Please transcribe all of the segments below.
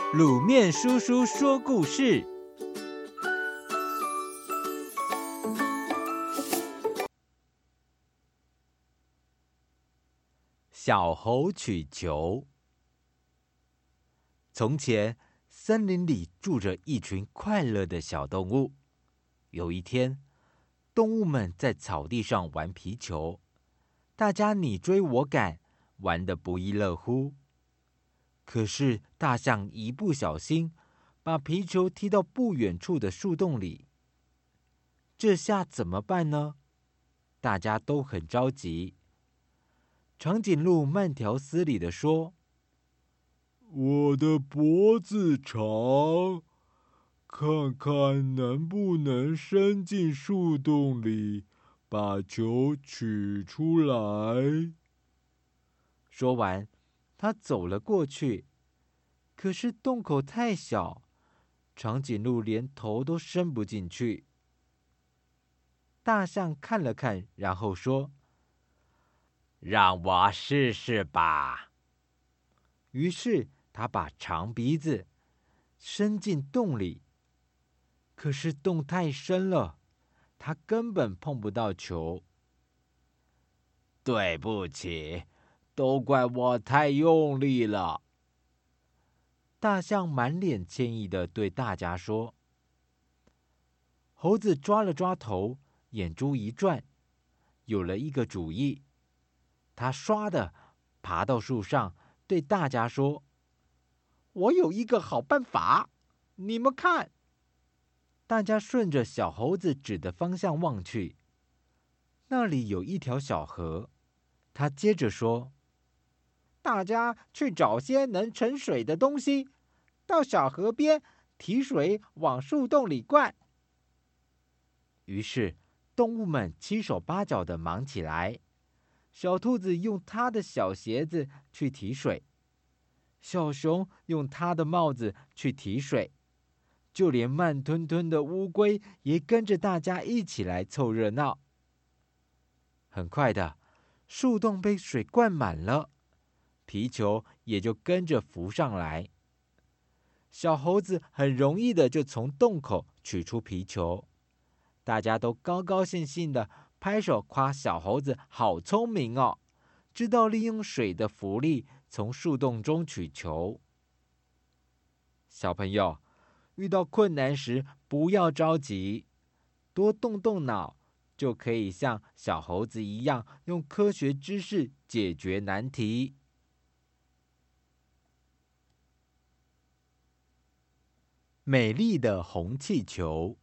卤面叔叔说故事。小猴取球。从前，森林里住着一群快乐的小动物。有一天，动物们在草地上玩皮球，大家你追我赶，玩得不亦乐乎。可是大象一不小心，把皮球踢到不远处的树洞里。这下怎么办呢？大家都很着急。长颈鹿慢条斯理地说：“ 我的脖子长，看看能不能伸进树洞里，把球取出来。” 说完，他走了过去。可是洞口太小，长颈鹿连头都伸不进去。大象看了看，然后说：“让我试试吧。”于是他把长鼻子伸进洞里，可是洞太深了，他根本碰不到球。对不起，都怪我太用力了。大象满脸歉意地对大家说。猴子抓了抓头，眼珠一转，有了一个主意。他唰的爬到树上，对大家说：“我有一个好办法，你们看。”大家顺着小猴子指的方向望去，那里有一条小河。他接着说：“大家去找些能盛水的东西，到小河边提水往树洞里灌。”于是动物们七手八脚的忙起来。小兔子用它的小鞋子去提水，小熊用它的帽子去提水，就连慢吞吞的乌龟也跟着大家一起来凑热闹。很快的，树洞被水灌满了，皮球也就跟着浮上来。小猴子很容易的就从洞口取出皮球，大家都高高兴兴的拍手夸小猴子好聪明哦，知道利用水的浮力从树洞中取球。小朋友，遇到困难时不要着急，多动动脑，就可以像小猴子一样，用科学知识解决难题。美丽的红气球。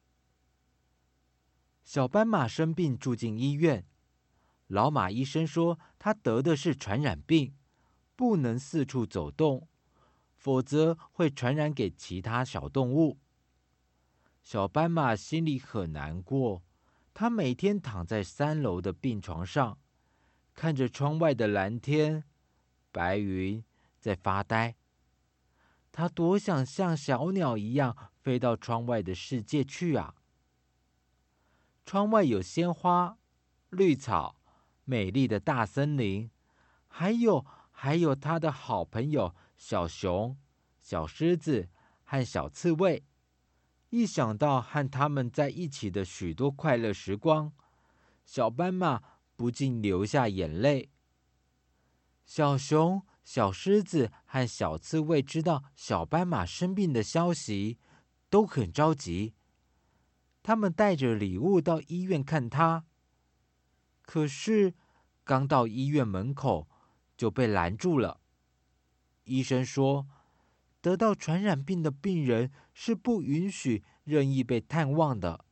小斑马生病住进医院，老马医生说他得的是传染病，不能四处走动，否则会传染给其他小动物。小斑马心里很难过，他每天躺在3楼的病床上，看着窗外的蓝天、白云，在发呆。他多想像小鸟一样飞到窗外的世界去啊！窗外有鲜花、绿草、美丽的大森林，还有他的好朋友小熊、小狮子和小刺猬。一想到和他们在一起的许多快乐时光，小斑马不禁流下眼泪。小熊、小狮子和小刺猬知道小斑马生病的消息，都很着急。他们带着礼物到医院看他，可是刚到医院门口就被拦住了。医生说，得到传染病的病人是不允许任意被探望的。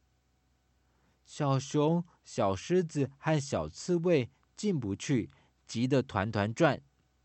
小熊、小狮子和小刺猬进不去，急得团团转。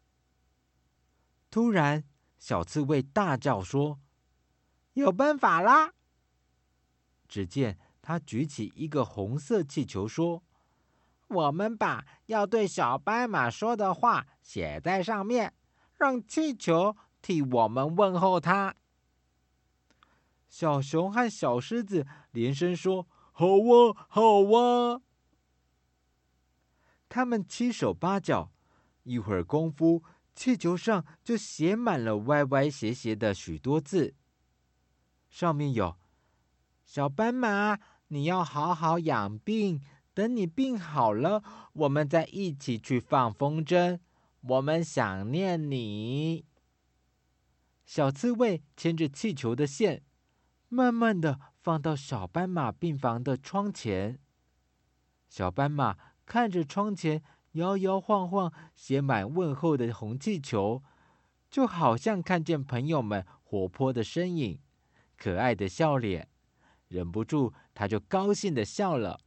突然，小刺猬大叫说：“有办法啦！”只见他举起一个红色气球，说：“我们把要对小斑马说的话写在上面，让气球替我们问候他。”小熊和小狮子连声说：“好啊，好啊！”他们七手八脚，一会儿功夫气球上就写满了歪歪斜斜的许多字，上面有：小斑马，你要好好养病，等你病好了，我们再一起去放风筝，我们想念你。小刺猬牵着气球的线，慢慢的放到小斑马病房的窗前。小斑马看着窗前摇摇晃晃、写满问候的红气球，就好像看见朋友们活泼的身影、可爱的笑脸，忍不住他就高兴的笑了。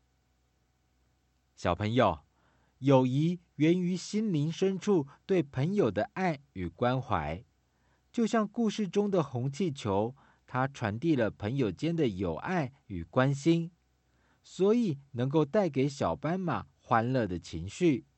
小朋友，友谊源于心灵深处对朋友的爱与关怀，就像故事中的红气球，它传递了朋友间的友爱与关心，所以能够带给小斑马欢乐的情绪。